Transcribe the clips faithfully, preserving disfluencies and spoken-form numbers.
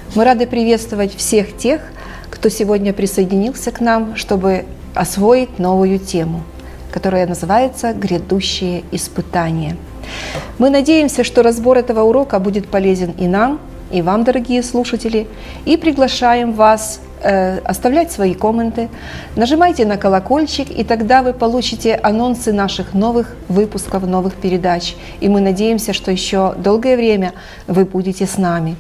Мы рады приветствовать всех тех, кто сегодня присоединился к нам, чтобы освоить новую тему, которая называется «Грядущие испытания». Мы надеемся, что разбор этого урока будет полезен и нам, и вам, дорогие слушатели, и приглашаем вас э, оставлять свои комменты, нажимайте на колокольчик, и тогда вы получите анонсы наших новых выпусков, новых передач. И мы надеемся, что еще долгое время вы будете с нами.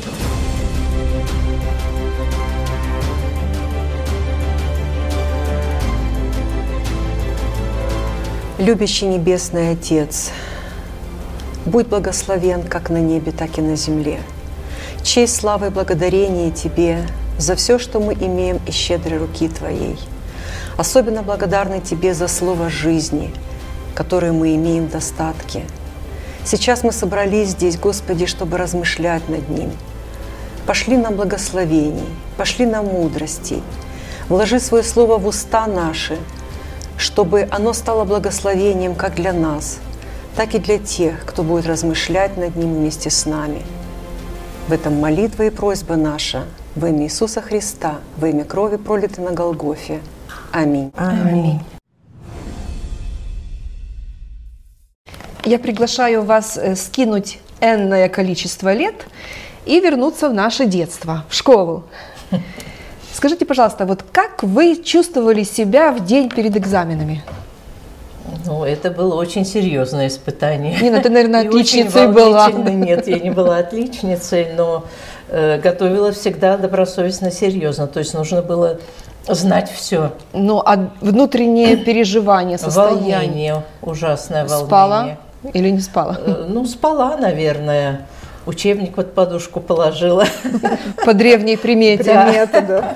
Любящий Небесный Отец, будь благословен как на небе, так и на земле. Честь, слава и благодарение Тебе за все, что мы имеем из щедрой руки Твоей. Особенно благодарны Тебе за слово жизни, которое мы имеем в достатке. Сейчас мы собрались здесь, Господи, чтобы размышлять над ним. Пошли нам благословений, пошли нам мудростей. Вложи свое слово в уста наши, чтобы оно стало благословением как для нас, так и для тех, кто будет размышлять над ним вместе с нами. В этом молитва и просьба наша во имя Иисуса Христа, во имя крови, пролитой на Голгофе. Аминь. Аминь. Я приглашаю вас скинуть энное количество лет и вернуться в наше детство, в школу. Скажите, пожалуйста, вот как вы чувствовали себя в день перед экзаменами? Ну, это было очень серьезное испытание. Не, ну ты, наверное, отличницей была. была. Нет, я не была отличницей, но э, готовила всегда добросовестно, серьезно. То есть нужно было знать все. Ну, а внутреннее переживание, состояние? Волнение, ужасное волнение. Спала или не спала? Э, ну, спала, наверное. Учебник под подушку положила. По древней примете. Примета, да.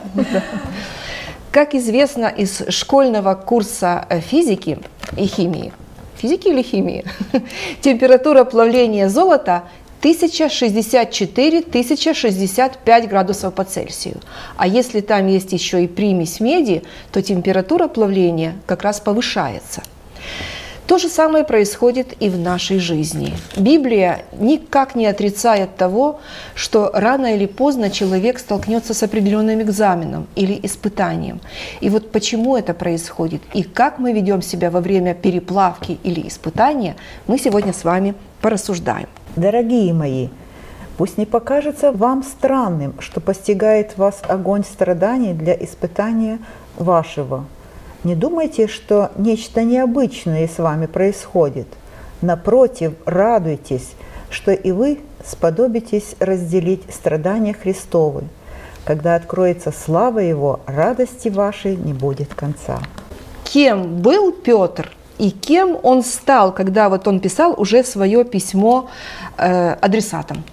Как известно из школьного курса физики и химии, физики или химии, температура плавления золота тысяча шестьдесят четыре — тысяча шестьдесят пять градусов по Цельсию. А если там есть еще и примесь меди, то температура плавления как раз повышается. То же самое происходит и в нашей жизни. Библия никак не отрицает того, что рано или поздно человек столкнется с определенным экзаменом или испытанием. И вот почему это происходит и как мы ведем себя во время переплавки или испытания, мы сегодня с вами порассуждаем. Дорогие мои, пусть не покажется вам странным, что постигает вас огонь страданий для испытания вашего. Не думайте, что нечто необычное с вами происходит. Напротив, радуйтесь, что и вы сподобитесь разделить страдания Христовы. Когда откроется слава Его, радости вашей не будет конца. Кем был Петр и кем он стал, когда вот он писал уже свое письмо э, адресатам?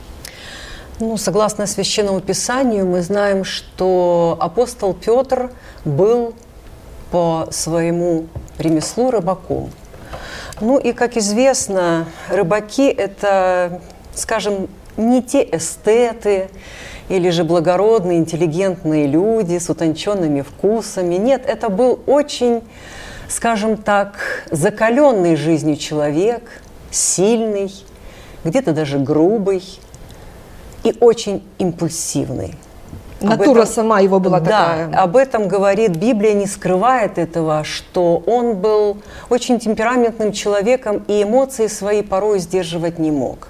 Ну, согласно Священному Писанию, мы знаем, что апостол Петр был по своему ремеслу рыбаком. Ну и, как известно, рыбаки – это, скажем, не те эстеты или же благородные, интеллигентные люди с утонченными вкусами. Нет, это был очень, скажем так, закаленный жизнью человек, сильный, где-то даже грубый и очень импульсивный. Натура этом, сама его была да, такая. Об этом говорит Библия, не скрывает этого, что он был очень темпераментным человеком и эмоции свои порой сдерживать не мог.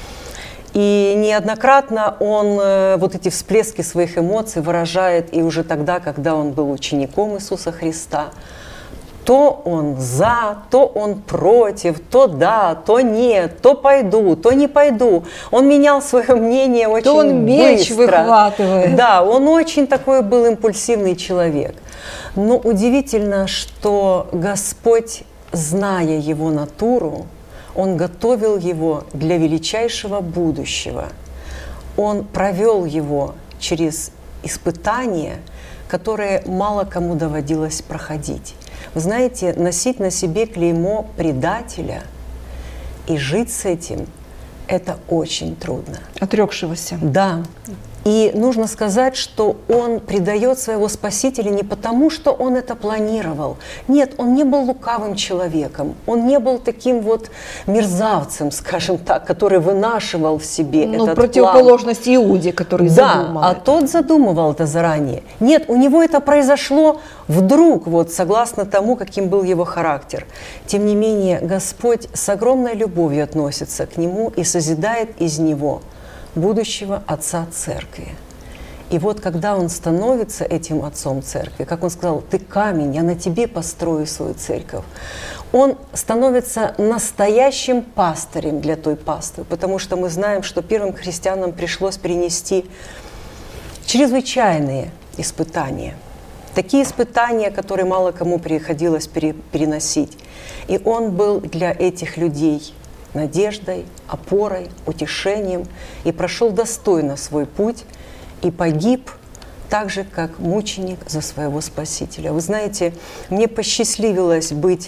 И неоднократно он вот эти всплески своих эмоций выражает и уже тогда, когда он был учеником Иисуса Христа. То он за, то он против, то да, то нет, то пойду, то не пойду. Он менял свое мнение очень быстро. То он меч выхватывает. Да, он очень такой был импульсивный человек. Но удивительно, что Господь, зная его натуру, Он готовил его для величайшего будущего. Он провел его через испытания, которые мало кому доводилось проходить. Вы знаете, носить на себе клеймо предателя и жить с этим – это очень трудно. Отрекшегося. Да. И нужно сказать, что он предает своего Спасителя не потому, что он это планировал. Нет, он не был лукавым человеком, он не был таким вот мерзавцем, скажем так, который вынашивал в себе ну, этот противоположность план. Иуде, который да, задумал. А это. тот задумывал это заранее. Нет, у него это произошло вдруг, вот согласно тому, каким был его характер. Тем не менее, Господь с огромной любовью относится к нему и созидает из него будущего отца церкви. И вот когда он становится этим отцом церкви, как он сказал, ты камень, я на тебе построю свою церковь, он становится настоящим пастырем для той паствы, потому что мы знаем, что первым христианам пришлось перенести чрезвычайные испытания. Такие испытания, которые мало кому приходилось переносить. И он был для этих людей надеждой, опорой, утешением, и прошел достойно свой путь, и погиб так же, как мученик за своего Спасителя. Вы знаете, мне посчастливилось быть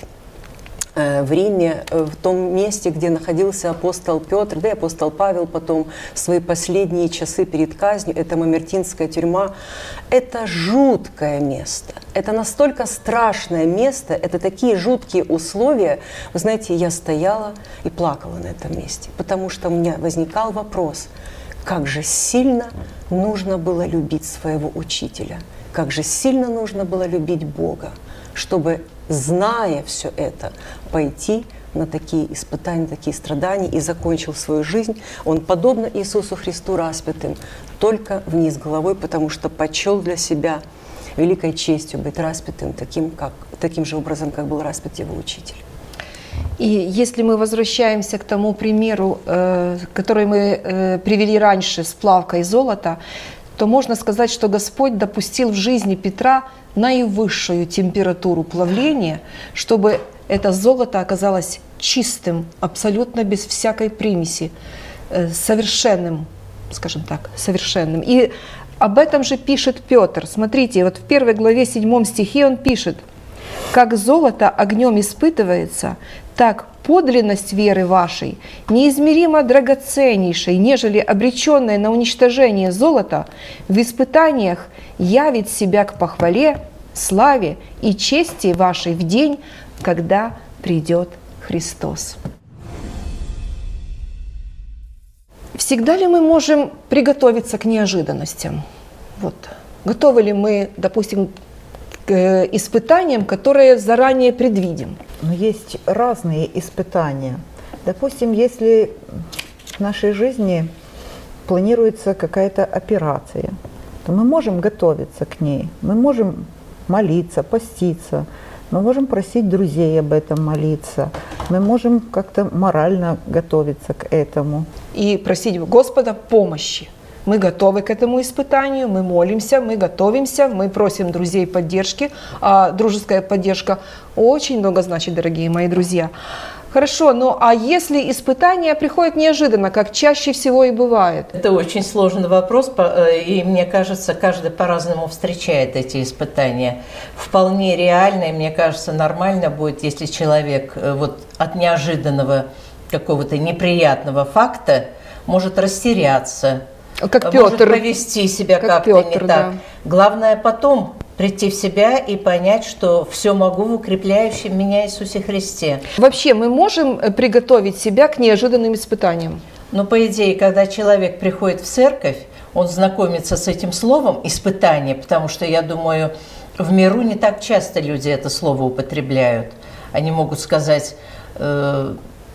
в Риме, в том месте, где находился апостол Петр, да и апостол Павел потом в свои последние часы перед казнью, это Мамертинская тюрьма. Это жуткое место, это настолько страшное место, это такие жуткие условия. Вы знаете, я стояла и плакала на этом месте, потому что у меня возникал вопрос, как же сильно нужно было любить своего учителя, как же сильно нужно было любить Бога, чтобы, зная все это, пойти на такие испытания, на такие страдания, и закончил свою жизнь. Он, подобно Иисусу Христу распятым, только вниз головой, потому что почел для себя великой честью быть распятым таким, как, таким же образом, как был распят его учитель. И если мы возвращаемся к тому примеру, э, который мы э, привели раньше с плавкой золота, то можно сказать, что Господь допустил в жизни Петра наивысшую температуру плавления, чтобы это золото оказалось чистым, абсолютно без всякой примеси, совершенным, скажем так, совершенным. И об этом же пишет Петр. Смотрите, вот в первой главе седьмом стихе он пишет: «Как золото огнем испытывается, так подлинность веры вашей неизмеримо драгоценнейшей, нежели обреченное на уничтожение золото в испытаниях явит себя к похвале, славе и чести вашей в день, когда придет Христос». Всегда ли мы можем приготовиться к неожиданностям? Вот. Готовы ли мы, допустим, к испытаниям, которые заранее предвидим? Но есть разные испытания. Допустим, если в нашей жизни планируется какая-то операция, то мы можем готовиться к ней, мы можем молиться, поститься, мы можем просить друзей об этом молиться, мы можем как-то морально готовиться к этому. И просить Господа помощи. Мы готовы к этому испытанию, мы молимся, мы готовимся, мы просим друзей поддержки. А дружеская поддержка очень много значит, дорогие мои друзья. Хорошо, ну а если испытания приходят неожиданно, как чаще всего и бывает? Это очень сложный вопрос, и мне кажется, каждый по-разному встречает эти испытания. Вполне реально, и мне кажется, нормально будет, если человек вот от неожиданного какого-то неприятного факта может растеряться, как может Петр. повести себя как как-то Петр, не да. так. Главное потом прийти в себя и понять, что все могу в укрепляющем меня Иисусе Христе. Вообще мы можем приготовить себя к неожиданным испытаниям? Но по идее, когда человек приходит в церковь, он знакомится с этим словом «испытание», потому что, я думаю, в миру не так часто люди это слово употребляют. Они могут сказать... Э,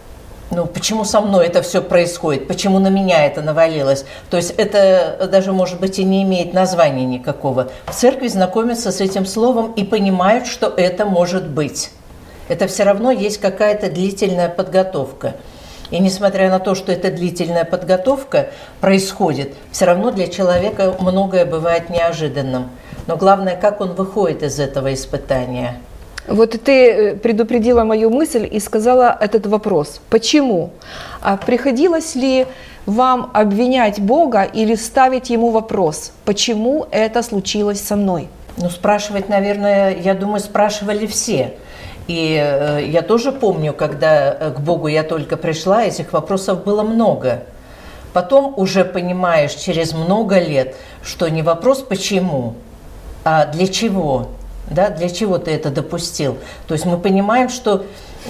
Ну, почему со мной это все происходит? Почему на меня это навалилось? То есть это даже, может быть, и не имеет названия никакого. В церкви знакомятся с этим словом и понимают, что это может быть. Это все равно есть какая-то длительная подготовка. И несмотря на то, что эта длительная подготовка происходит, все равно для человека многое бывает неожиданным. Но главное, как он выходит из этого испытания. Вот ты предупредила мою мысль и сказала этот вопрос. Почему? А приходилось ли вам обвинять Бога или ставить Ему вопрос, почему это случилось со мной? Ну, спрашивать, наверное, я думаю, спрашивали все. И э, я тоже помню, когда к Богу я только пришла, этих вопросов было много. Потом уже понимаешь через много лет, что не вопрос «почему?», а «для чего?», да, для чего ты это допустил. То есть мы понимаем, что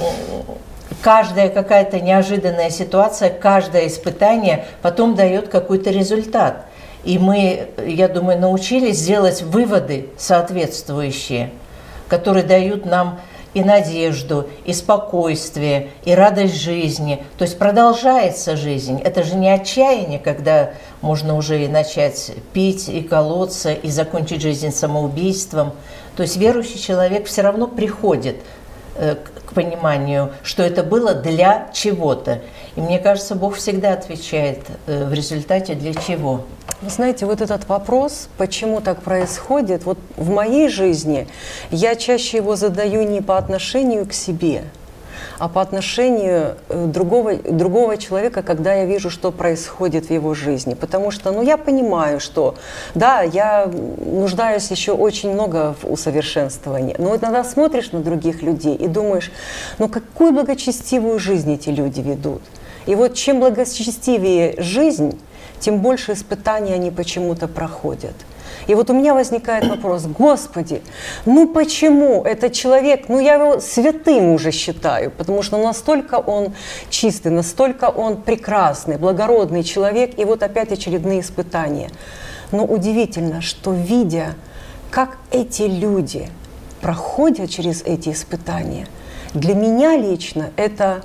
каждая какая-то неожиданная ситуация, каждое испытание потом дает какой-то результат. И мы, я думаю, научились делать выводы соответствующие, которые дают нам и надежду, и спокойствие, и радость жизни. То есть продолжается жизнь. Это же не отчаяние, когда можно уже и начать пить, и колоться, и закончить жизнь самоубийством. То есть верующий человек все равно приходит э, к пониманию, что это было для чего-то. И мне кажется, Бог всегда отвечает э, в результате для чего. Вы знаете, вот этот вопрос, почему так происходит, вот в моей жизни я чаще его задаю не по отношению к себе, а по отношению другого, другого человека, когда я вижу, что происходит в его жизни. Потому что, ну, я понимаю, что, да, я нуждаюсь еще очень много в усовершенствовании, но иногда смотришь на других людей и думаешь, ну, какую благочестивую жизнь эти люди ведут. И вот чем благочестивее жизнь, тем больше испытаний они почему-то проходят. И вот у меня возникает вопрос: Господи, ну почему этот человек, ну я его святым уже считаю, потому что настолько он чистый, настолько он прекрасный, благородный человек, и вот опять очередные испытания. Но удивительно, что видя, как эти люди проходят через эти испытания, для меня лично это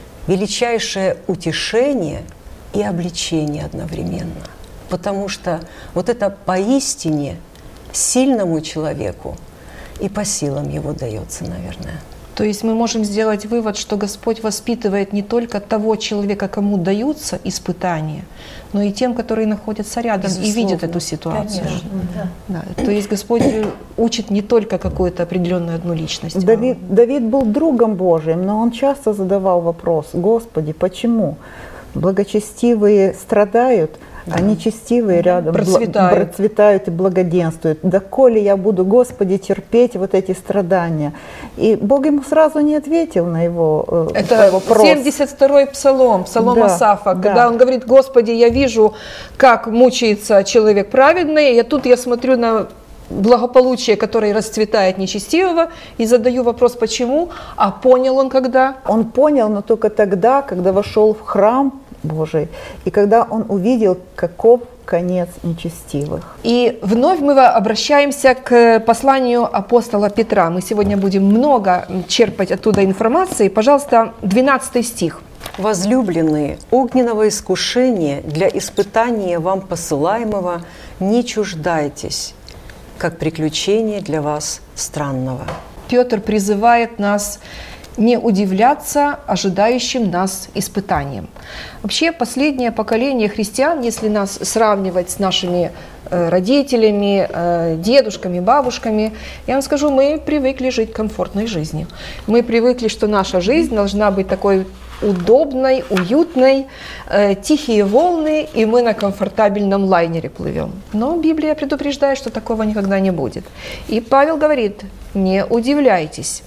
величайшее утешение и обличение одновременно. Потому что вот это поистине сильному человеку и по силам его дается, наверное. То есть мы можем сделать вывод, что Господь воспитывает не только того человека, кому даются испытания, но и тем, которые находятся рядом. Безусловно. И видят эту ситуацию. Да. Да. То есть Господь учит не только какую-то определенную одну личность. Давид, Давид был другом Божиим, но он часто задавал вопрос: Господи, почему благочестивые страдают, а нечестивые рядом процветают. процветают и благоденствуют? Доколе я буду, Господи, терпеть вот эти страдания? И Бог ему сразу не ответил на его Это вопрос. семьдесят второй псалом, псалом да, Асафа, да. когда он говорит: Господи, я вижу, как мучается человек праведный, и тут я смотрю на благополучие, которое расцветает нечестивого, и задаю вопрос, почему, а понял он когда? Он понял, но только тогда, когда вошел в храм Божий, и когда он увидел, каков конец нечестивых. И вновь мы обращаемся к посланию апостола Петра. Мы сегодня будем много черпать оттуда информации. Пожалуйста, двенадцатый стих. «Возлюбленные, огненного искушения для испытания вам посылаемого не чуждайтесь, как приключение для вас странного». Петр призывает нас не удивляться ожидающим нас испытаниям. Вообще, последнее поколение христиан, если нас сравнивать с нашими э, родителями, э, дедушками, бабушками, я вам скажу, мы привыкли жить комфортной жизнью. Мы привыкли, что наша жизнь должна быть такой удобной, уютной, э, тихие волны, и мы на комфортабельном лайнере плывем. Но Библия предупреждает, что такого никогда не будет. И Павел говорит: не удивляйтесь.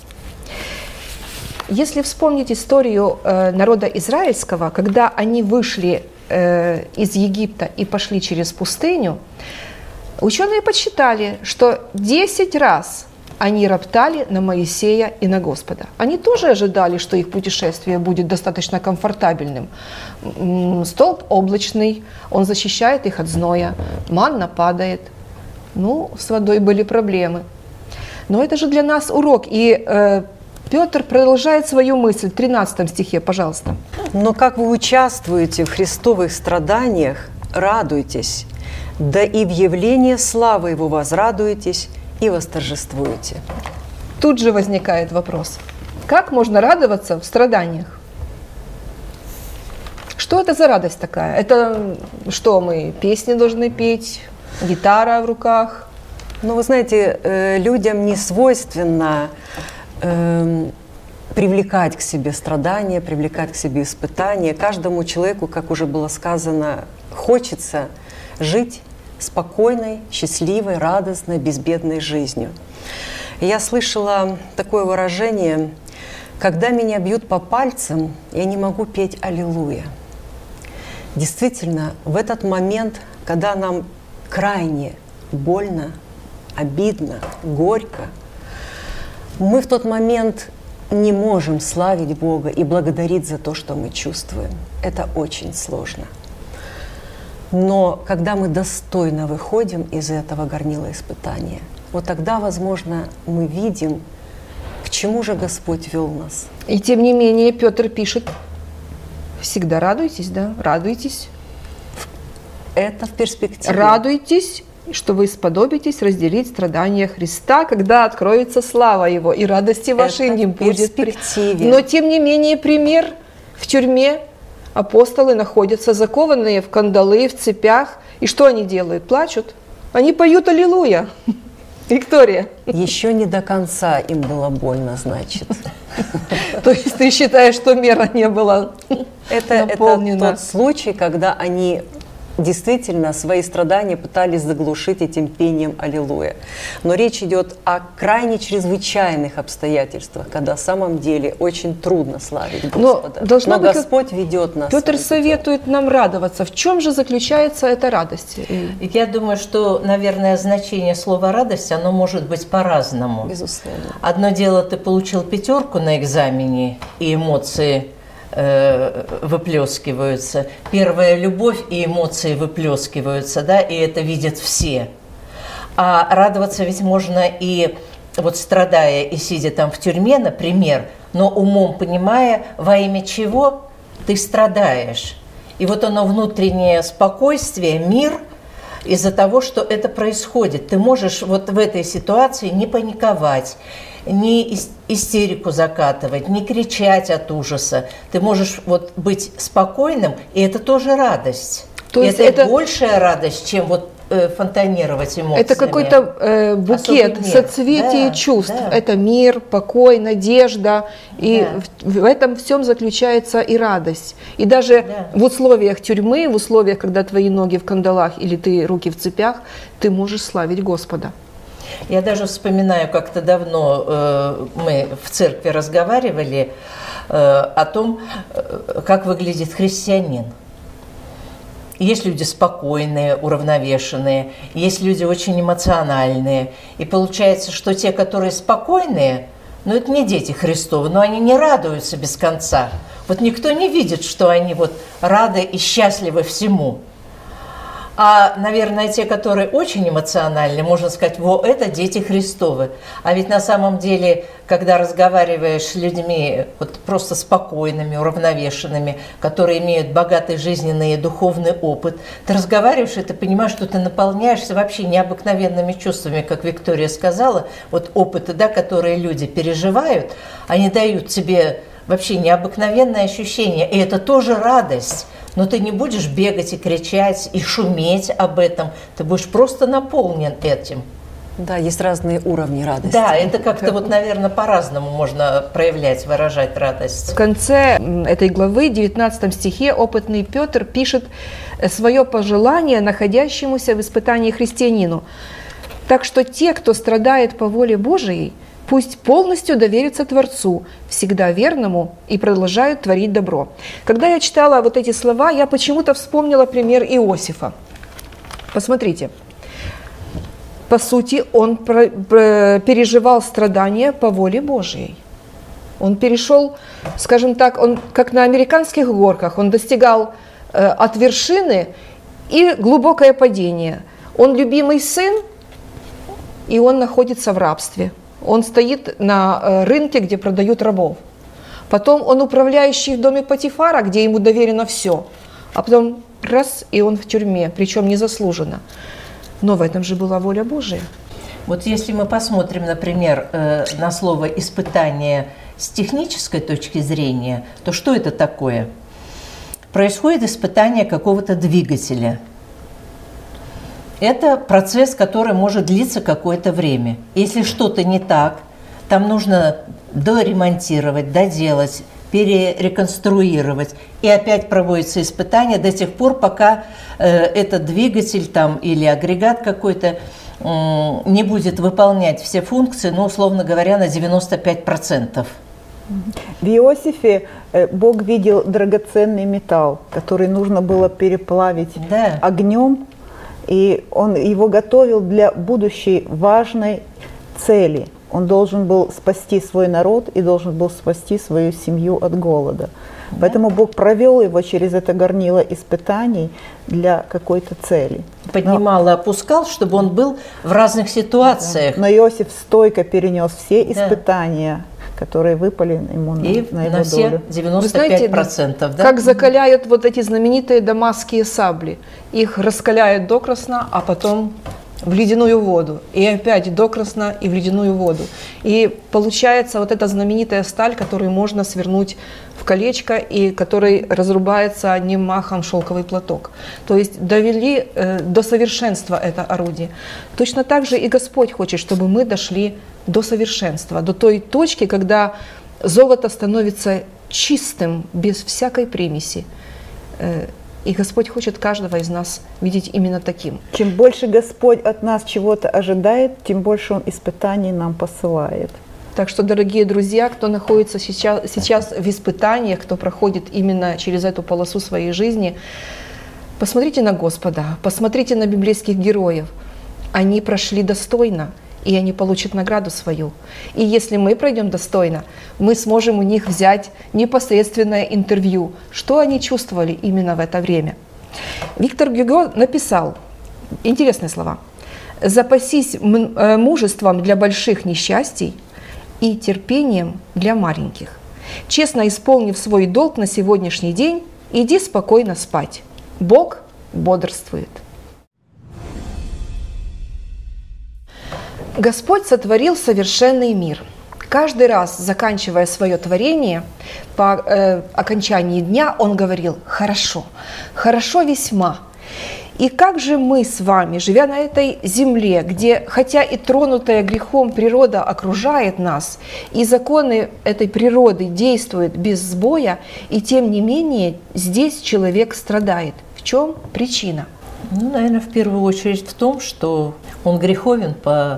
Если вспомнить историю э, народа израильского, когда они вышли э, из Египта и пошли через пустыню, ученые подсчитали, что десять раз они роптали на Моисея и на Господа. Они тоже ожидали, что их путешествие будет достаточно комфортабельным. Столб облачный, он защищает их от зноя, манна падает. Ну, с водой были проблемы. Но это же для нас урок. И э, Петр продолжает свою мысль в тринадцатом стихе, пожалуйста. «Но как вы участвуете в христовых страданиях, радуйтесь, да и в явлении славы Его возрадуетесь и восторжествуете». Тут же возникает вопрос: как можно радоваться в страданиях? Что это за радость такая? Это что, мы песни должны петь, гитара в руках? Ну, вы знаете, людям не свойственно э, привлекать к себе страдания, привлекать к себе испытания. Каждому человеку, как уже было сказано, хочется жить спокойной, счастливой, радостной, безбедной жизнью. Я слышала такое выражение: когда меня бьют по пальцам, я не могу петь «Аллилуйя». Действительно, в этот момент, когда нам крайне больно, обидно, горько, мы в тот момент не можем славить Бога и благодарить за то, что мы чувствуем. Это очень сложно. Но когда мы достойно выходим из этого горнила испытания, вот тогда, возможно, мы видим, к чему же Господь вел нас. И тем не менее Петр пишет: всегда радуйтесь, да, радуйтесь. Это в перспективе. Радуйтесь, что вы сподобитесь разделить страдания Христа, когда откроется слава Его, и радости вашей Это не в будет. перспективе. Но тем не менее пример: в тюрьме апостолы находятся закованные в кандалы, в цепях. И что они делают? Плачут. Они поют аллилуйя. Виктория. Еще не до конца им было больно, значит. То есть ты считаешь, что мера не была Это, наполнена? это тот случай, когда они действительно свои страдания пытались заглушить этим пением «Аллилуйя». Но речь идет о крайне чрезвычайных обстоятельствах, когда на самом деле очень трудно славить Господа. Но, должна Но быть, Господь ведет нас. Петр советует нам радоваться. В чем же заключается эта радость? Я думаю, что, наверное, значение слова «радость», оно может быть по-разному. Безусловно. Одно дело, ты получил пятерку на экзамене, и эмоции э, выплескиваются. Первая любовь и эмоции выплескиваются, да, и это видят все. А радоваться ведь можно и вот страдая и сидя там в тюрьме, например, но умом понимая, во имя чего ты страдаешь. И вот оно внутреннее спокойствие, мир из-за того, что это происходит. Ты можешь вот в этой ситуации не паниковать, не истерику закатывать, не кричать от ужаса. Ты можешь вот быть спокойным, и это тоже радость. То есть это, это большая радость, чем вот э, фонтанировать эмоциями. Это какой-то э, букет, соцветие да, чувств. Да. Это мир, покой, надежда. И Да. в, в этом всем заключается и радость. И даже Да. в условиях тюрьмы, в условиях, когда твои ноги в кандалах или ты руки в цепях, ты можешь славить Господа. Я даже вспоминаю, как-то давно э, мы в церкви разговаривали э, о том, э, как выглядит христианин. Есть люди спокойные, уравновешенные, есть люди очень эмоциональные. И получается, что те, которые спокойные, ну это не дети Христовы, но они не радуются без конца. Вот никто не видит, что они вот рады и счастливы всему. А, наверное, те, которые очень эмоциональны, можно сказать, во, это дети Христовы. А ведь на самом деле, когда разговариваешь с людьми вот просто спокойными, уравновешенными, которые имеют богатый жизненный и духовный опыт, ты разговариваешь, и ты понимаешь, что ты наполняешься вообще необыкновенными чувствами, как Виктория сказала, вот опыты, да, которые люди переживают, они дают тебе вообще необыкновенное ощущение, и это тоже радость. Но ты не будешь бегать и кричать, и шуметь об этом. Ты будешь просто наполнен этим. Да, есть разные уровни радости. Да, это как-то вот, наверное, по-разному можно проявлять, выражать радость. В конце этой главы, в девятнадцатом стихе, опытный Петр пишет свое пожелание находящемуся в испытании христианину. Так что те, кто страдает по воле Божией, пусть полностью доверятся Творцу, всегда верному, и продолжают творить добро. Когда я читала вот эти слова, я почему-то вспомнила пример Иосифа. Посмотрите. По сути, он переживал страдания по воле Божией. Он перешел, скажем так, он как на американских горках, он достигал э, от вершины и глубокое падение. Он любимый сын, и он находится в рабстве. Он стоит на рынке, где продают рабов. Потом он управляющий в доме Потифара, где ему доверено все. А потом раз, и он в тюрьме, причем незаслуженно. Но в этом же была воля Божия. Вот если мы посмотрим, например, на слово «испытание» с технической точки зрения, то что это такое? Происходит испытание какого-то двигателя. Это процесс, который может длиться какое-то время. Если что-то не так, там нужно доремонтировать, доделать, перереконструировать. И опять проводится испытание до тех пор, пока э, этот двигатель там, или агрегат какой-то э, не будет выполнять все функции, ну, условно говоря, на девяносто пять процентов. В Иосифе э, Бог видел драгоценный металл, который нужно было переплавить Да. огнем, и он его готовил для будущей важной цели. Он должен был спасти свой народ и должен был спасти свою семью от голода. Да. Поэтому Бог провел его через это горнило испытаний для какой-то цели. Поднимал и опускал, чтобы он был в разных ситуациях. Но Иосиф стойко перенес все Да. испытания, которые выпали ему на, И на его на все долю. девяносто Вы пять знаете, процентов. Да? как закаляют вот эти знаменитые дамасские сабли. Их раскаляют докрасна, а потом в ледяную воду. И опять докрасна и в ледяную воду. И получается вот эта знаменитая сталь, которую можно свернуть в колечко и который разрубается одним махом шелковый платок. То есть довели э, до совершенства это орудие. Точно так же и Господь хочет, чтобы мы дошли до совершенства, до той точки, когда золото становится чистым, без всякой примеси. Э, И Господь хочет каждого из нас видеть именно таким. Чем больше Господь от нас чего-то ожидает, тем больше Он испытаний нам посылает. Так что, дорогие друзья, кто находится сейчас, сейчас в испытаниях, кто проходит именно через эту полосу своей жизни, посмотрите на Господа, посмотрите на библейских героев. Они прошли достойно, и они получат награду свою. И если мы пройдем достойно, мы сможем у них взять непосредственное интервью, что они чувствовали именно в это время. Виктор Гюго написал интересные слова. «Запасись мужеством для больших несчастий и терпением для маленьких. Честно исполнив свой долг на сегодняшний день, иди спокойно спать. Бог бодрствует». Господь сотворил совершенный мир. Каждый раз, заканчивая свое творение, по э, окончании дня Он говорил: «Хорошо, хорошо весьма». И как же мы с вами, живя на этой земле, где, хотя и тронутая грехом природа окружает нас, и законы этой природы действуют без сбоя, и тем не менее здесь человек страдает. В чем причина? Ну, наверное, в первую очередь в том, что он греховен по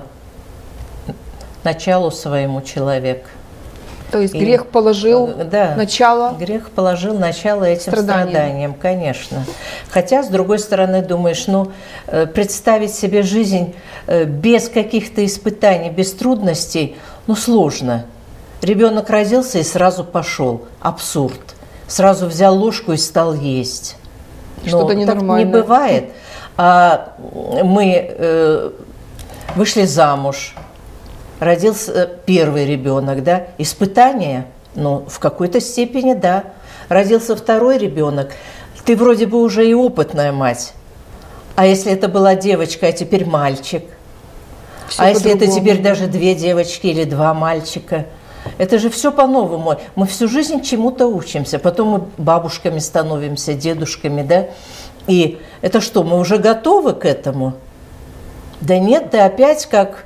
началу своему человек. То есть И, грех положил да, начало. Грех положил начало этим страданиям. страданиям, конечно. Хотя, с другой стороны, думаешь, ну, представить себе жизнь без каких-то испытаний, без трудностей, ну, сложно. Ребенок родился и сразу пошел. Абсурд. Сразу взял ложку и стал есть. Что-то Но ненормальное. так не бывает. А мы э, вышли замуж. Родился первый ребенок, да, испытание, ну, в какой-то степени, да. Родился второй ребенок, ты вроде бы уже и опытная мать. А если это была девочка, а теперь мальчик? Всё а если это по-другому. теперь даже две девочки или два мальчика? Это же все по-новому. Мы всю жизнь чему-то учимся, потом мы бабушками становимся, дедушками, да. И это что, мы уже готовы к этому? Да нет, ты опять как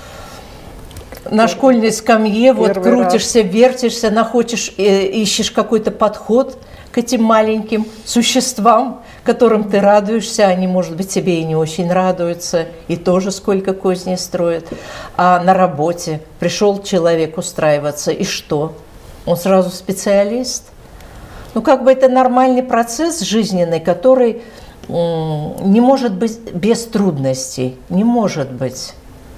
на школьной скамье, вот Первый крутишься, вертишься, находишь, э, ищешь какой-то подход к этим маленьким существам, которым ты радуешься, они, может быть, тебе и не очень радуются, и тоже сколько козней строят. А на работе пришел человек устраиваться, и что? Он сразу специалист? Ну, как бы это нормальный процесс жизненный, который м, не может быть без трудностей, не может быть.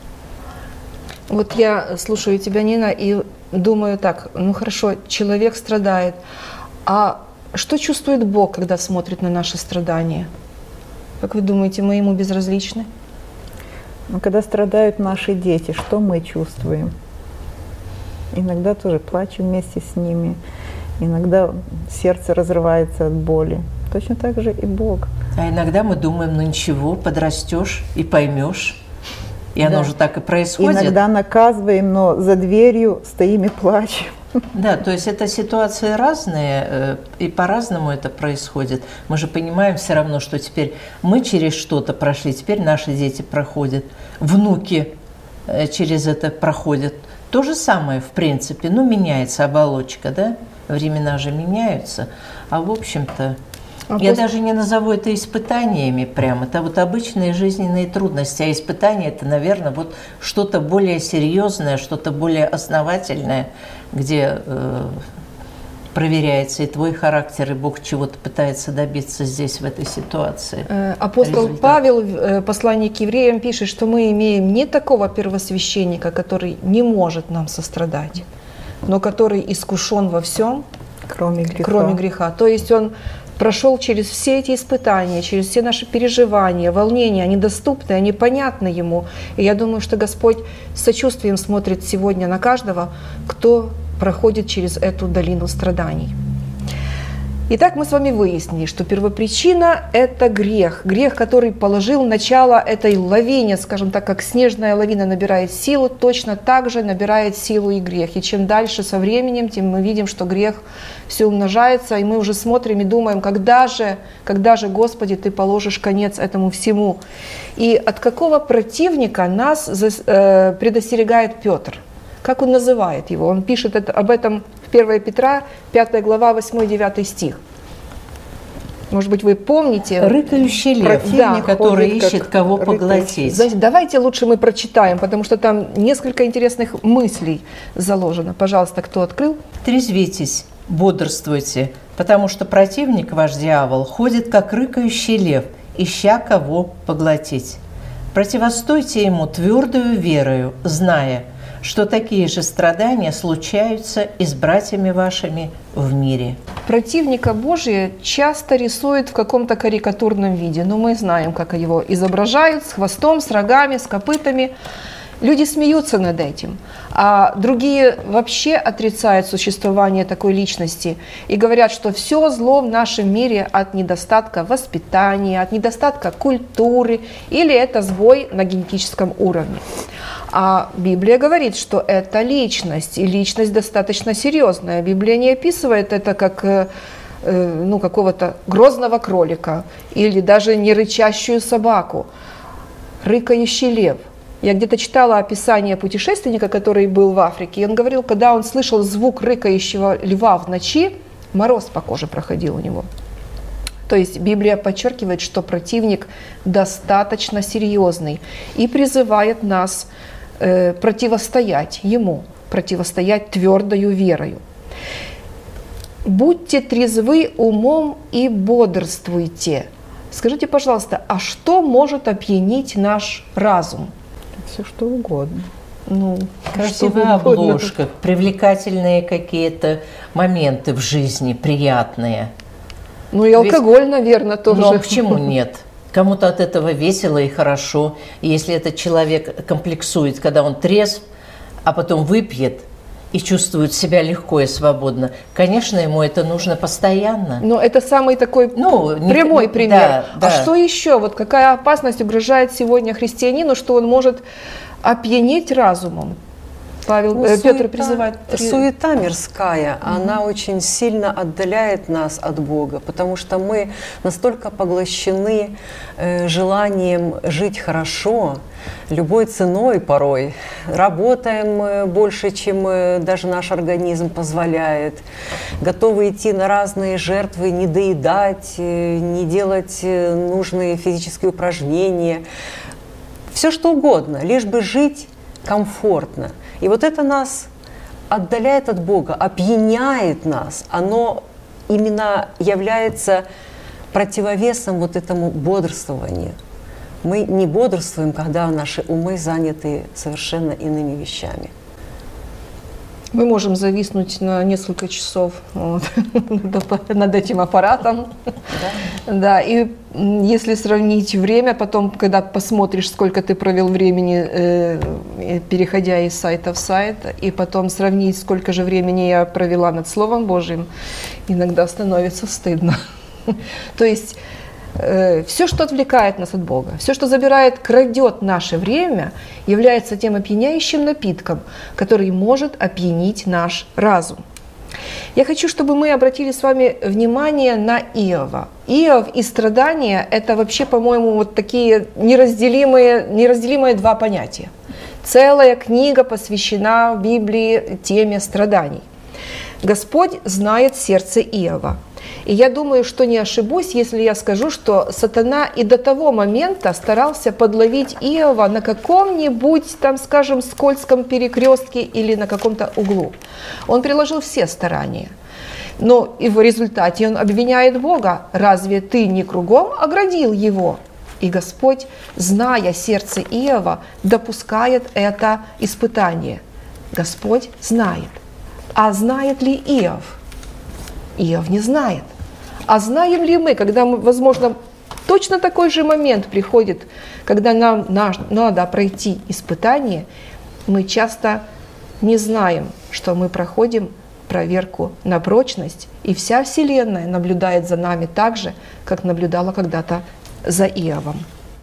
Вот я слушаю тебя, Нина, и думаю так: ну хорошо, человек страдает, а что чувствует Бог, когда смотрит на наши страдания? Как вы думаете, мы ему безразличны? Но когда страдают наши дети, что мы чувствуем? Иногда тоже плачем вместе с ними, иногда сердце разрывается от боли. Точно так же и Бог. А иногда мы думаем, ну ничего, подрастешь и поймешь. И оно Да. же так и происходит. Иногда наказываем, но за дверью стоим и плачем. Да, то есть это ситуации разные, э, и по-разному это происходит. Мы же понимаем все равно, что теперь мы через что-то прошли, теперь наши дети проходят, внуки э, через это проходят. То же самое, в принципе, ну, меняется оболочка, да? Времена же меняются, а в общем-то Я после... даже не назову это испытаниями прям. Это вот обычные жизненные трудности. А испытания – это, наверное, вот что-то более серьезное, что-то более основательное, где э, проверяется и твой характер, и Бог чего-то пытается добиться здесь, в этой ситуации. Апостол Результат. Павел в послании к евреям пишет, что мы имеем не такого первосвященника, который не может нам сострадать, но который искушен во всем, Кроме греха. кроме греха. То есть он прошел через все эти испытания, через все наши переживания, волнения, они доступны, они понятны Ему. И я думаю, что Господь с сочувствием смотрит сегодня на каждого, кто проходит через эту долину страданий. Итак, мы с вами выяснили, что первопричина – это грех. Грех, который положил начало этой лавине, скажем так, как снежная лавина набирает силу, точно так же набирает силу и грех. И чем дальше со временем, тем мы видим, что грех все умножается, и мы уже смотрим и думаем, когда же, когда же, Господи, Ты положишь конец этому всему. И от какого противника нас предостерегает Петр? Как он называет его? Он пишет это, об этом в первое Петра, пятая глава, восьмой-девятый стих. Может быть, вы помните? Рыкающий лев, да, который ищет кого поглотить. Знаете, давайте лучше мы прочитаем, потому что там несколько интересных мыслей заложено. Пожалуйста, кто открыл? Трезвитесь, бодрствуйте, потому что противник ваш дьявол ходит, как рыкающий лев, ища кого поглотить. Противостойте ему твердою верою, зная, что такие же страдания случаются и с братьями вашими в мире. Противника Божия часто рисуют в каком-то карикатурном виде, но мы знаем, как его изображают, с хвостом, с рогами, с копытами. Люди смеются над этим, а другие вообще отрицают существование такой личности и говорят, что все зло в нашем мире от недостатка воспитания, от недостатка культуры или это сбой на генетическом уровне. А Библия говорит, что это личность, и личность достаточно серьезная. Библия не описывает это как э, ну, какого-то грозного кролика или даже не рычащую собаку. Рыкающий лев. Я где-то читала описание путешественника, который был в Африке, и он говорил, когда он слышал звук рыкающего льва в ночи, мороз по коже проходил у него. То есть Библия подчеркивает, что противник достаточно серьезный и призывает нас э, противостоять ему, противостоять твердою верою. «Будьте трезвы умом и бодрствуйте». Скажите, пожалуйста, а что может опьянить наш разум? Все что угодно. Ну, красивая обложка, привлекательные какие-то моменты в жизни, приятные. Ну и алкоголь, Ведь... наверное, тоже. Но почему нет? Кому-то от этого весело и хорошо. И если этот человек комплексует, когда он трезв, а потом выпьет и чувствует себя легко и свободно, конечно, ему это нужно постоянно. Но это самый такой ну, прямой не, пример. Да, да. А что еще? Вот какая опасность угрожает сегодня христианину, что он может опьянеть разумом? Павел, ну, э, Петр суета, призывает. Суета мирская, mm-hmm. она очень сильно отдаляет нас от Бога, потому что мы настолько поглощены э, желанием жить хорошо, любой ценой порой, работаем э, больше, чем э, даже наш организм позволяет, готовы идти на разные жертвы, не доедать, э, не делать э, нужные физические упражнения, все что угодно, лишь бы жить комфортно. И вот это нас отдаляет от Бога, опьяняет нас. Оно именно является противовесом вот этому бодрствованию. Мы не бодрствуем, когда наши умы заняты совершенно иными вещами. Мы можем зависнуть на несколько часов вот, над этим аппаратом. Да. Да, и если сравнить время, потом, когда посмотришь, сколько ты провел времени, э, переходя из сайта в сайт, и потом сравнить, сколько же времени я провела над Словом Божьим, иногда становится стыдно. То есть все, что отвлекает нас от Бога, все, что забирает, крадет наше время, является тем опьяняющим напитком, который может опьянить наш разум. Я хочу, чтобы мы обратили с вами внимание на Иова. Иов и страдания – это вообще, по-моему, вот такие неразделимые, неразделимые два понятия. Целая книга посвящена в Библии теме страданий. Господь знает сердце Иова. И я думаю, что не ошибусь, если я скажу, что сатана и до того момента старался подловить Иова на каком-нибудь, там, скажем, скользком перекрестке или на каком-то углу. Он приложил все старания. Но и в результате он обвиняет Бога. Разве ты не кругом оградил его? И Господь, зная сердце Иова, допускает это испытание. Господь знает. А знает ли Иов? Иов не знает. А знаем ли мы, когда, мы, возможно, точно такой же момент приходит, когда нам надо пройти испытание, мы часто не знаем, что мы проходим проверку на прочность, и вся Вселенная наблюдает за нами так же, как наблюдала когда-то за Иовом.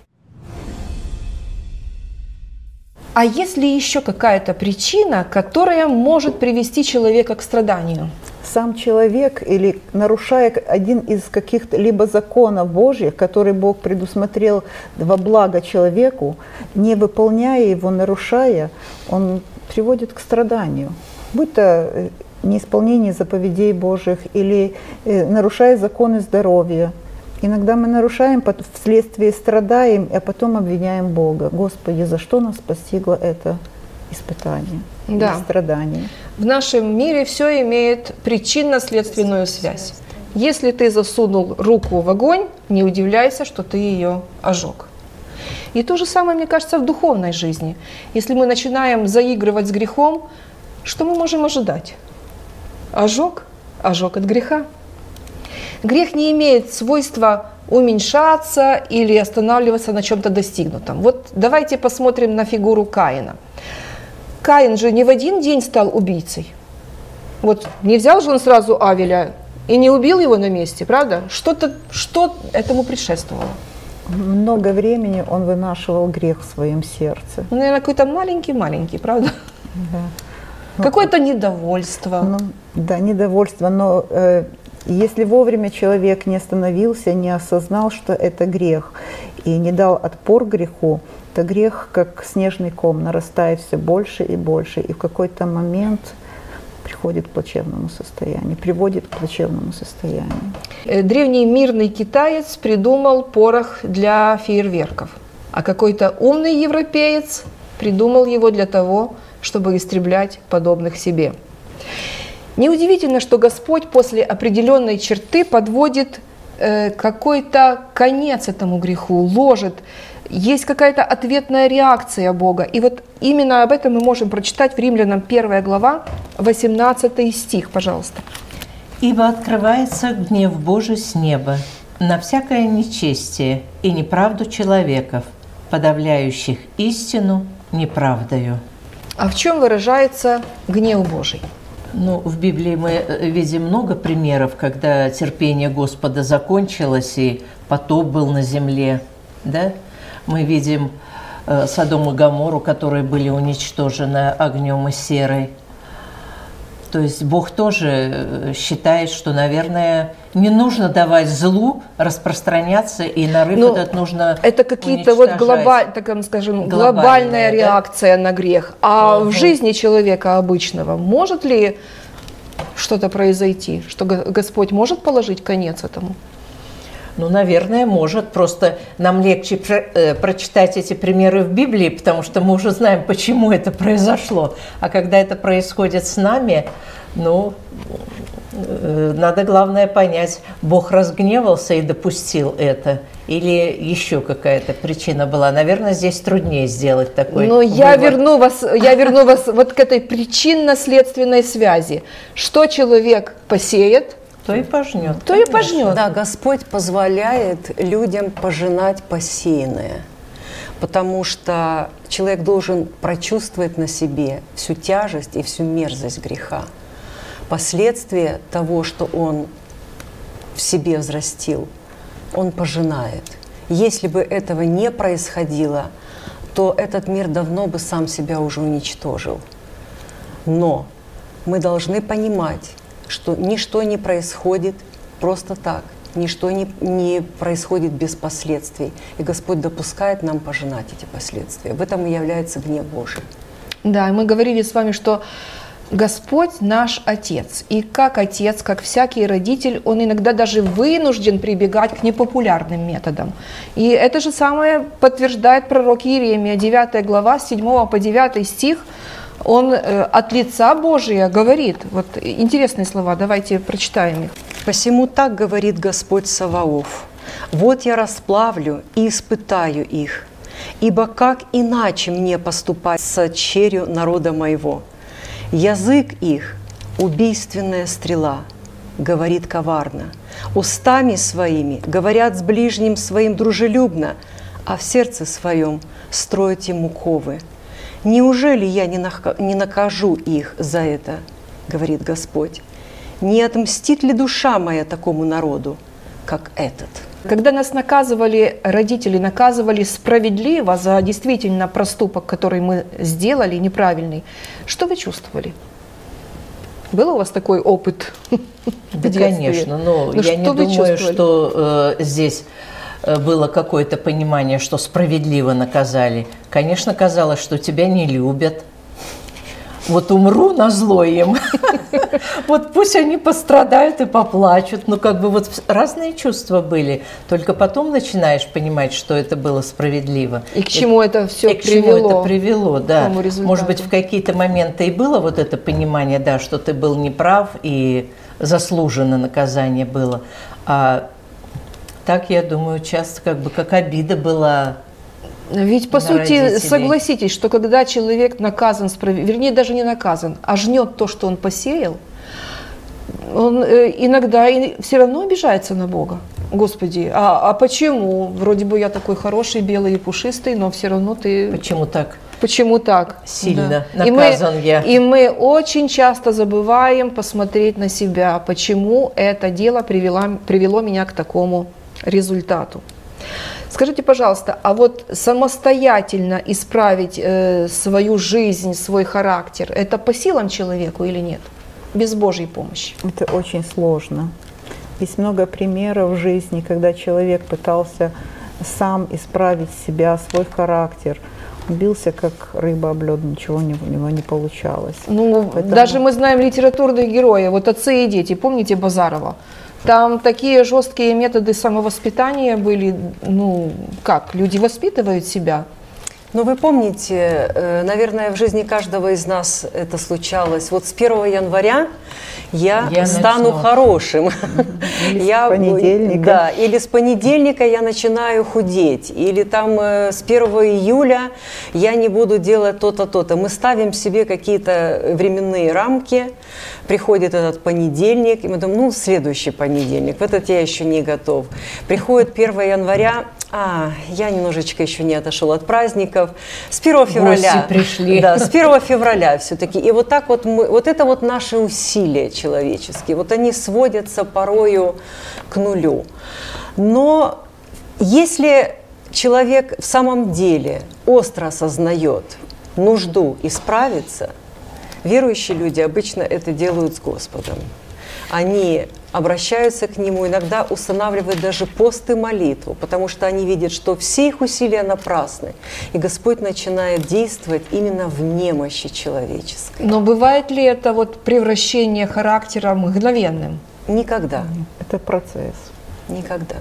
А есть ли еще какая-то причина, которая может привести человека к страданию? Сам человек, или нарушая один из каких-либо законов Божьих, который Бог предусмотрел во благо человеку, не выполняя его, нарушая, он приводит к страданию. Будь то неисполнение заповедей Божьих или э, нарушая законы здоровья. Иногда мы нарушаем, вследствие страдаем, а потом обвиняем Бога. Господи, за что нас постигло это испытание, да. страдание? В нашем мире все имеет причинно-следственную связь. Если ты засунул руку в огонь, не удивляйся, что ты ее ожег. И то же самое, мне кажется, в духовной жизни. Если мы начинаем заигрывать с грехом, что мы можем ожидать? Ожог, ожог от греха. Грех не имеет свойства уменьшаться или останавливаться на чем-то достигнутом. Вот давайте посмотрим на фигуру Каина. Каин же не в один день стал убийцей. Вот не взял же он сразу Авеля и не убил его на месте, правда? Что-то, что этому предшествовало? Много времени он вынашивал грех в своем сердце. Ну, наверное, какой-то маленький-маленький, правда? Да. Какое-то недовольство. Ну, да, недовольство, но э, если вовремя человек не остановился, не осознал, что это грех, и не дал отпор греху, то грех, как снежный ком, нарастает все больше и больше, и в какой-то момент приходит к плачевному состоянию, приводит к плачевному состоянию. Древний мирный китаец придумал порох для фейерверков, а какой-то умный европеец придумал его для того, чтобы истреблять подобных себе. Неудивительно, что Господь после определенной черты подводит э, какой-то конец этому греху, ложит. Есть какая-то ответная реакция Бога. И вот именно об этом мы можем прочитать в Римлянам первая глава, восемнадцатый стих, пожалуйста. «Ибо открывается гнев Божий с неба на всякое нечестие и неправду человеков, подавляющих истину неправдою». А в чем выражается гнев Божий? Ну, в Библии мы видим много примеров, когда терпение Господа закончилось и потоп был на земле, да? Мы видим э, Содом и Гоморру, которые были уничтожены огнем и серой. То есть Бог тоже считает, что, наверное, не нужно давать злу распространяться, и нарыв ну, этот нужно это какие-то вот глобаль, так скажем, глобальная, глобальная да? реакция на грех. А угу. в жизни человека обычного может ли что-то произойти? Что Господь может положить конец этому? Ну, наверное, может. Просто нам легче про, э, прочитать эти примеры в Библии, потому что мы уже знаем, почему это произошло. А когда это происходит с нами, ну, э, надо, главное, понять, Бог разгневался и допустил это, или еще какая-то причина была. Наверное, здесь труднее сделать такой Но вывод. я верну вас, я верну вас вот к этой причинно-следственной связи. Что человек посеет, то и пожнет. То и пожнет. Да, Господь позволяет людям пожинать посеянное, потому что человек должен прочувствовать на себе всю тяжесть и всю мерзость греха. Последствия того, что он в себе взрастил, он пожинает. Если бы этого не происходило, то этот мир давно бы сам себя уже уничтожил. Но мы должны понимать, что ничто не происходит просто так, ничто не, не происходит без последствий. И Господь допускает нам пожинать эти последствия. В этом и является гнев Божий. Да, и мы говорили с вами, что Господь наш Отец. И как Отец, как всякий родитель, Он иногда даже вынужден прибегать к непопулярным методам. И это же самое подтверждает пророк Иеремия, девятая глава, с седьмого по девятый стих. Он э, от лица Божия говорит. Вот интересные слова, давайте прочитаем их. «Посему так говорит Господь Саваоф: вот я расплавлю и испытаю их, ибо как иначе мне поступать с черью народа моего? Язык их – убийственная стрела, говорит коварно, устами своими говорят с ближним своим дружелюбно, а в сердце своем строят ему ковы. Неужели я не накажу их за это, говорит Господь? Не отмстит ли душа моя такому народу, как этот?» Когда нас наказывали, родители наказывали справедливо за действительно проступок, который мы сделали, неправильный, что вы чувствовали? Был у вас такой опыт? Да, конечно, но ну, я не думаю, что э, здесь было какое-то понимание, что справедливо наказали. Конечно, казалось, что тебя не любят. Вот умру назло им, вот пусть они пострадают и поплачут. Ну, как бы вот разные чувства были. Только потом начинаешь понимать, что это было справедливо. И к чему это все и привело. к чему это привело, да. Может быть, в какие-то моменты и было вот это понимание, да, что ты был неправ и заслуженно наказание было. А так, я думаю, часто как бы как обида была. Ведь, по сути, родителей. Согласитесь, что когда человек наказан, вернее, даже не наказан, а жнет то, что он посеял, он иногда и все равно обижается на Бога. Господи, а, а почему? Вроде бы я такой хороший, белый и пушистый, но все равно ты... Почему так? Почему так? Сильно да. наказан и мы, я. И мы очень часто забываем посмотреть на себя, почему это дело привело, привело меня к такому результату. Скажите, пожалуйста, а вот самостоятельно исправить э, свою жизнь, свой характер, это по силам человеку или нет? Без Божьей помощи? Это очень сложно. Есть много примеров в жизни, когда человек пытался сам исправить себя, свой характер. Бился как рыба об лед, ничего у него не получалось. Ну, Поэтому... даже мы знаем литературных героев, вот «Отцы и дети», помните Базарова? Там такие жесткие методы самовоспитания были, ну, как, люди воспитывают себя. Ну, вы помните, наверное, в жизни каждого из нас это случалось. Вот с первого января я, я стану начну. хорошим. Или я, с понедельника. Да, или с понедельника я начинаю худеть. Или там с первого июля я не буду делать то-то, то-то. Мы ставим себе какие-то временные рамки. Приходит этот понедельник, и мы думаем, ну, следующий понедельник, в этот я еще не готов. Приходит первого января, а, я немножечко еще не отошел от праздников. С первого февраля. Пришли. Да, с первого февраля все-таки. И вот так вот мы, вот это вот наши усилия человеческие, вот они сводятся порою к нулю. Но если человек в самом деле остро осознает нужду исправиться, верующие люди обычно это делают с Господом. Они обращаются к Нему, иногда устанавливают даже пост и молитву, потому что они видят, что все их усилия напрасны. И Господь начинает действовать именно в немощи человеческой. Но бывает ли это вот превращение характера мгновенным? Никогда. Это процесс. Никогда.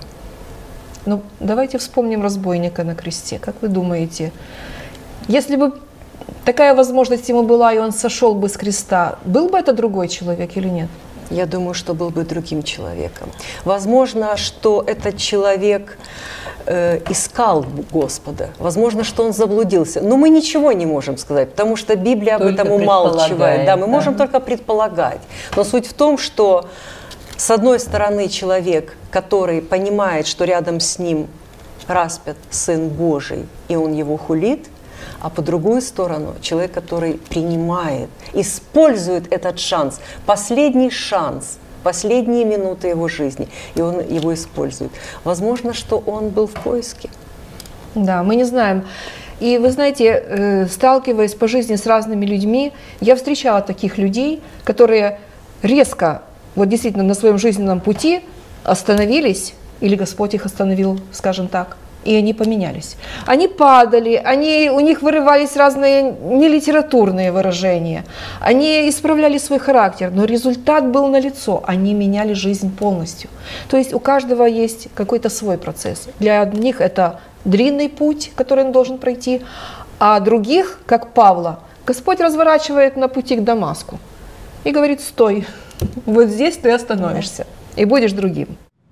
Ну, давайте вспомним разбойника на кресте. Как вы думаете, если бы такая возможность ему была, и он сошел бы с креста, был бы это другой человек или нет? Я думаю, что был бы другим человеком. Возможно, что этот человек э, искал Господа. Возможно, что он заблудился. Но мы ничего не можем сказать, потому что Библия об этом умалчивает. Да, мы да. можем только предполагать. Но суть в том, что с одной стороны человек, который понимает, что рядом с ним распят Сын Божий, и он его хулит, а по другую сторону человек, который принимает, использует этот шанс, последний шанс, последние минуты его жизни, и он его использует. Возможно, что он был в поиске. Да, мы не знаем. И вы знаете, сталкиваясь по жизни с разными людьми, я встречала таких людей, которые резко, вот действительно на своем жизненном пути остановились, или Господь их остановил, скажем так, и они поменялись. Они падали, они, у них вырывались разные нелитературные выражения, они исправляли свой характер, но результат был налицо, они меняли жизнь полностью. То есть у каждого есть какой-то свой процесс. Для одних это длинный путь, который он должен пройти, а других, как Павла, Господь разворачивает на пути к Дамаску и говорит: стой, вот здесь ты остановишься и будешь другим.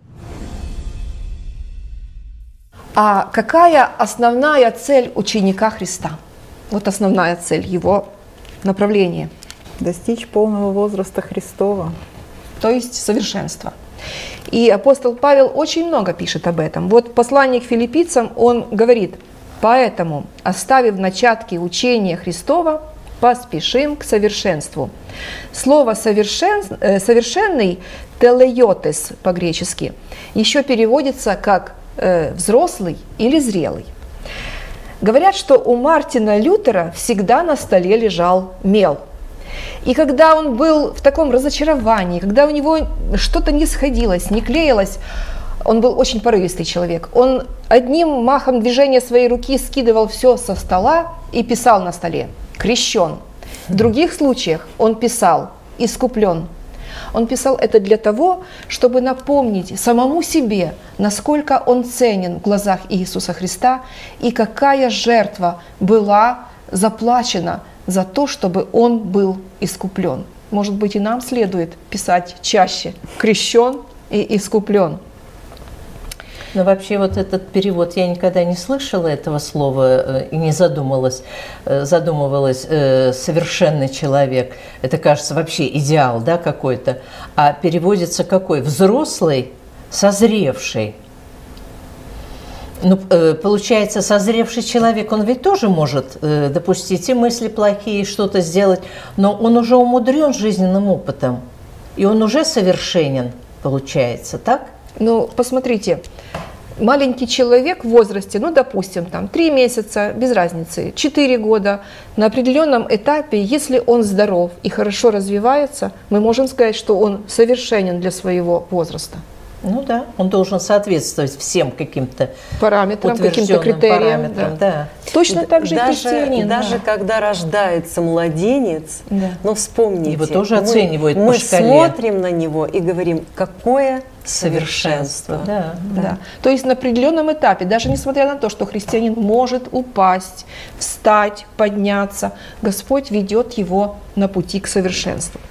А какая основная цель ученика Христа? Вот основная цель его направления. Достичь полного возраста Христова. То есть совершенства. И апостол Павел очень много пишет об этом. Вот послание к филиппийцам, он говорит: «Поэтому, оставив начатки учения Христова, поспешим к совершенству». Слово «совершен, «совершенный» «телейотес» по-гречески еще переводится как взрослый или зрелый. Говорят, что у Мартина Лютера всегда на столе лежал мел. И когда он был в таком разочаровании, когда у него что-то не сходилось, не клеилось, он был очень порывистый человек. Он одним махом движения своей руки скидывал все со стола и писал на столе: «Крещен». В других случаях он писал: «Искуплен». Он писал это для того, чтобы напомнить самому себе, насколько он ценен в глазах Иисуса Христа и какая жертва была заплачена за то, чтобы он был искуплен. Может быть, и нам следует писать чаще: «Крещен» и «Искуплен». Но вообще вот этот перевод, я никогда не слышала этого слова и не задумывалась, задумывалась «совершенный человек». Это, кажется, вообще идеал, да, какой-то. А переводится какой? Взрослый, созревший. Ну, получается, созревший человек, он ведь тоже может допустить и мысли плохие, что-то сделать, но он уже умудрен жизненным опытом, и он уже совершенен, получается, так? Ну, посмотрите, маленький человек в возрасте, ну, допустим, там, три месяца, без разницы, четыре года, на определенном этапе, если он здоров и хорошо развивается, мы можем сказать, что он совершенен для своего возраста. Ну да, он должен соответствовать всем каким-то параметрам, каким-то критериям. Параметрам, да. Да. Точно так же даже, и христианин. Даже да. когда рождается младенец, да. ну вспомните, его тоже мы, оценивают мы по шкале. смотрим на него и говорим: какое совершенство. Да, да. Да. То есть на определенном этапе, даже несмотря на то, что христианин может упасть, встать, подняться, Господь ведет его на пути к совершенству.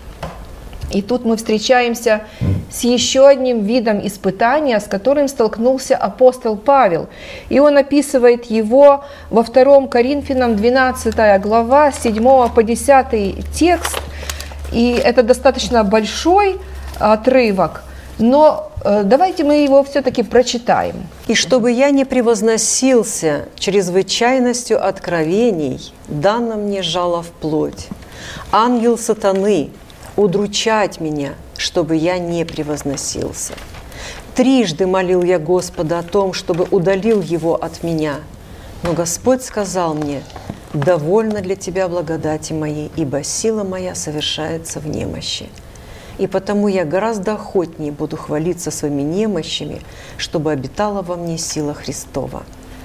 И тут мы встречаемся с еще одним видом испытания, с которым столкнулся апостол Павел. И он описывает его во втором Коринфянам двенадцатая глава, с седьмого по десятый текст. И это достаточно большой отрывок, но давайте мы его все-таки прочитаем. «И чтобы я не превозносился чрезвычайностью откровений, дано мне жало в плоть. Ангел сатаны удручать меня, чтобы я не превозносился. Трижды молил я Господа о том, чтобы удалил его от меня. Но Господь сказал мне: довольно для тебя благодати моей, ибо сила моя совершается в немощи. И потому я гораздо охотнее буду хвалиться своими немощами, чтобы обитала во мне сила Христова.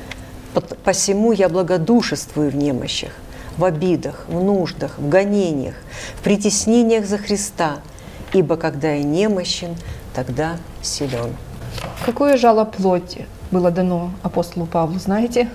Посему я благодушествую в немощах, в обидах, в нуждах, в гонениях, в притеснениях за Христа, ибо когда я немощен, тогда силен». Какое жало плоти было дано апостолу Павлу, знаете?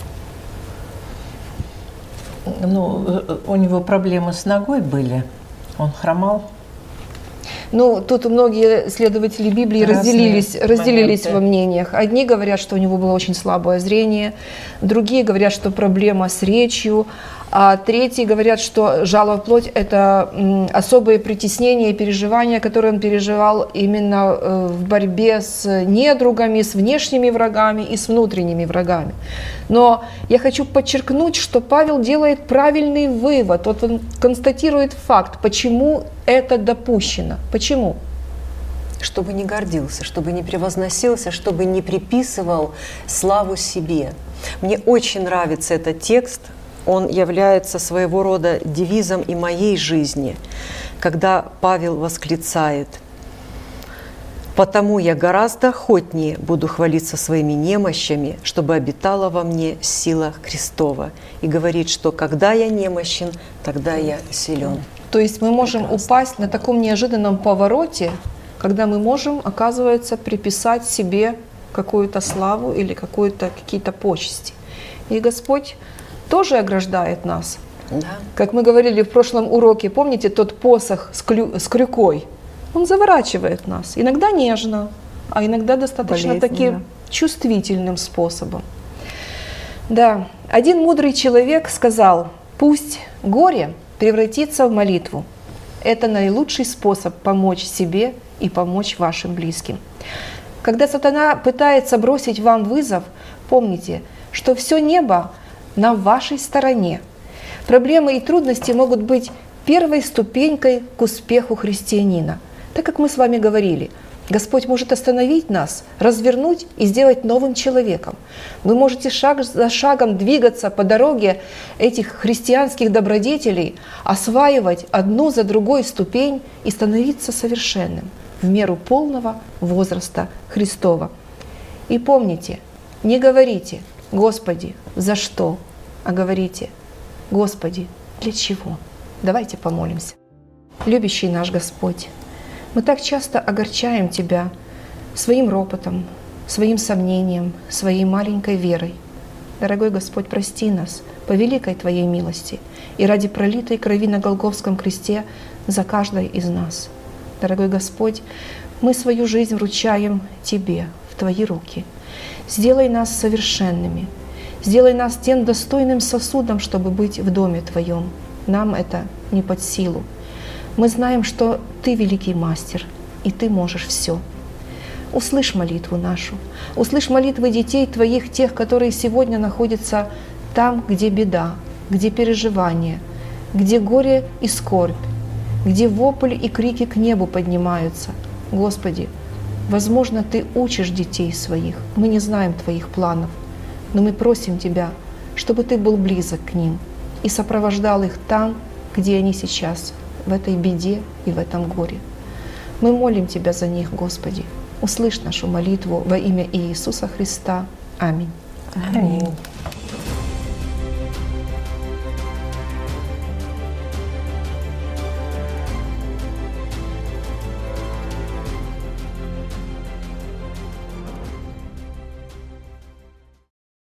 Ну, у него проблемы с ногой были, он хромал. Ну, тут многие исследователи Библии разделились, разделились во мнениях. Одни говорят, что у него было очень слабое зрение, другие говорят, что проблема с речью, а третьи говорят, что жало в плоть – это особые притеснения и переживания, которые он переживал именно в борьбе с недругами, с внешними врагами и с внутренними врагами. Но я хочу подчеркнуть, что Павел делает правильный вывод. Вот он констатирует факт, почему это допущено. Почему? Чтобы не гордился, чтобы не превозносился, чтобы не приписывал славу себе. Мне очень нравится этот текст. Он является своего рода девизом и моей жизни, когда Павел восклицает: Потому я гораздо охотнее буду хвалиться своими немощами, чтобы обитала во мне сила Христова. И говорит, что когда я немощен, тогда я силен. То есть мы можем Прекрасно. упасть на таком неожиданном повороте, когда мы можем, оказывается, приписать себе какую-то славу или какую-то, какие-то почести. И Господь тоже ограждает нас. Да. Как мы говорили в прошлом уроке, помните тот посох с, клю, с крюкой? Он заворачивает нас. Иногда нежно, а иногда достаточно таким чувствительным способом. Да, один мудрый человек сказал: пусть горе превратится в молитву. Это наилучший способ помочь себе и помочь вашим близким. Когда сатана пытается бросить вам вызов, помните, что все небо на вашей стороне. Проблемы и трудности могут быть первой ступенькой к успеху христианина. Так как мы с вами говорили, Господь может остановить нас, развернуть и сделать новым человеком. Вы можете шаг за шагом двигаться по дороге этих христианских добродетелей, осваивать одну за другой ступень и становиться совершенным в меру полного возраста Христова. И помните, не говорите: «Господи, за что?», а говорите: «Господи, для чего?». Давайте помолимся. Любящий наш Господь, мы так часто огорчаем Тебя своим ропотом, своим сомнением, своей маленькой верой. Дорогой Господь, прости нас по великой Твоей милости и ради пролитой крови на Голгофском кресте за каждой из нас. Дорогой Господь, мы свою жизнь вручаем Тебе, в Твои руки. Сделай нас совершенными, сделай нас тем достойным сосудом, чтобы быть в доме Твоем. Нам это не под силу. Мы знаем, что Ты великий мастер, и Ты можешь все. Услышь молитву нашу, услышь молитвы детей Твоих, тех, которые сегодня находятся там, где беда, где переживание, где горе и скорбь, где вопль и крики к небу поднимаются. Господи, возможно, Ты учишь детей своих, мы не знаем Твоих планов, но мы просим Тебя, чтобы Ты был близок к ним и сопровождал их там, где они сейчас, в этой беде и в этом горе. Мы молим Тебя за них, Господи. Услышь нашу молитву во имя Иисуса Христа. Аминь. Аминь.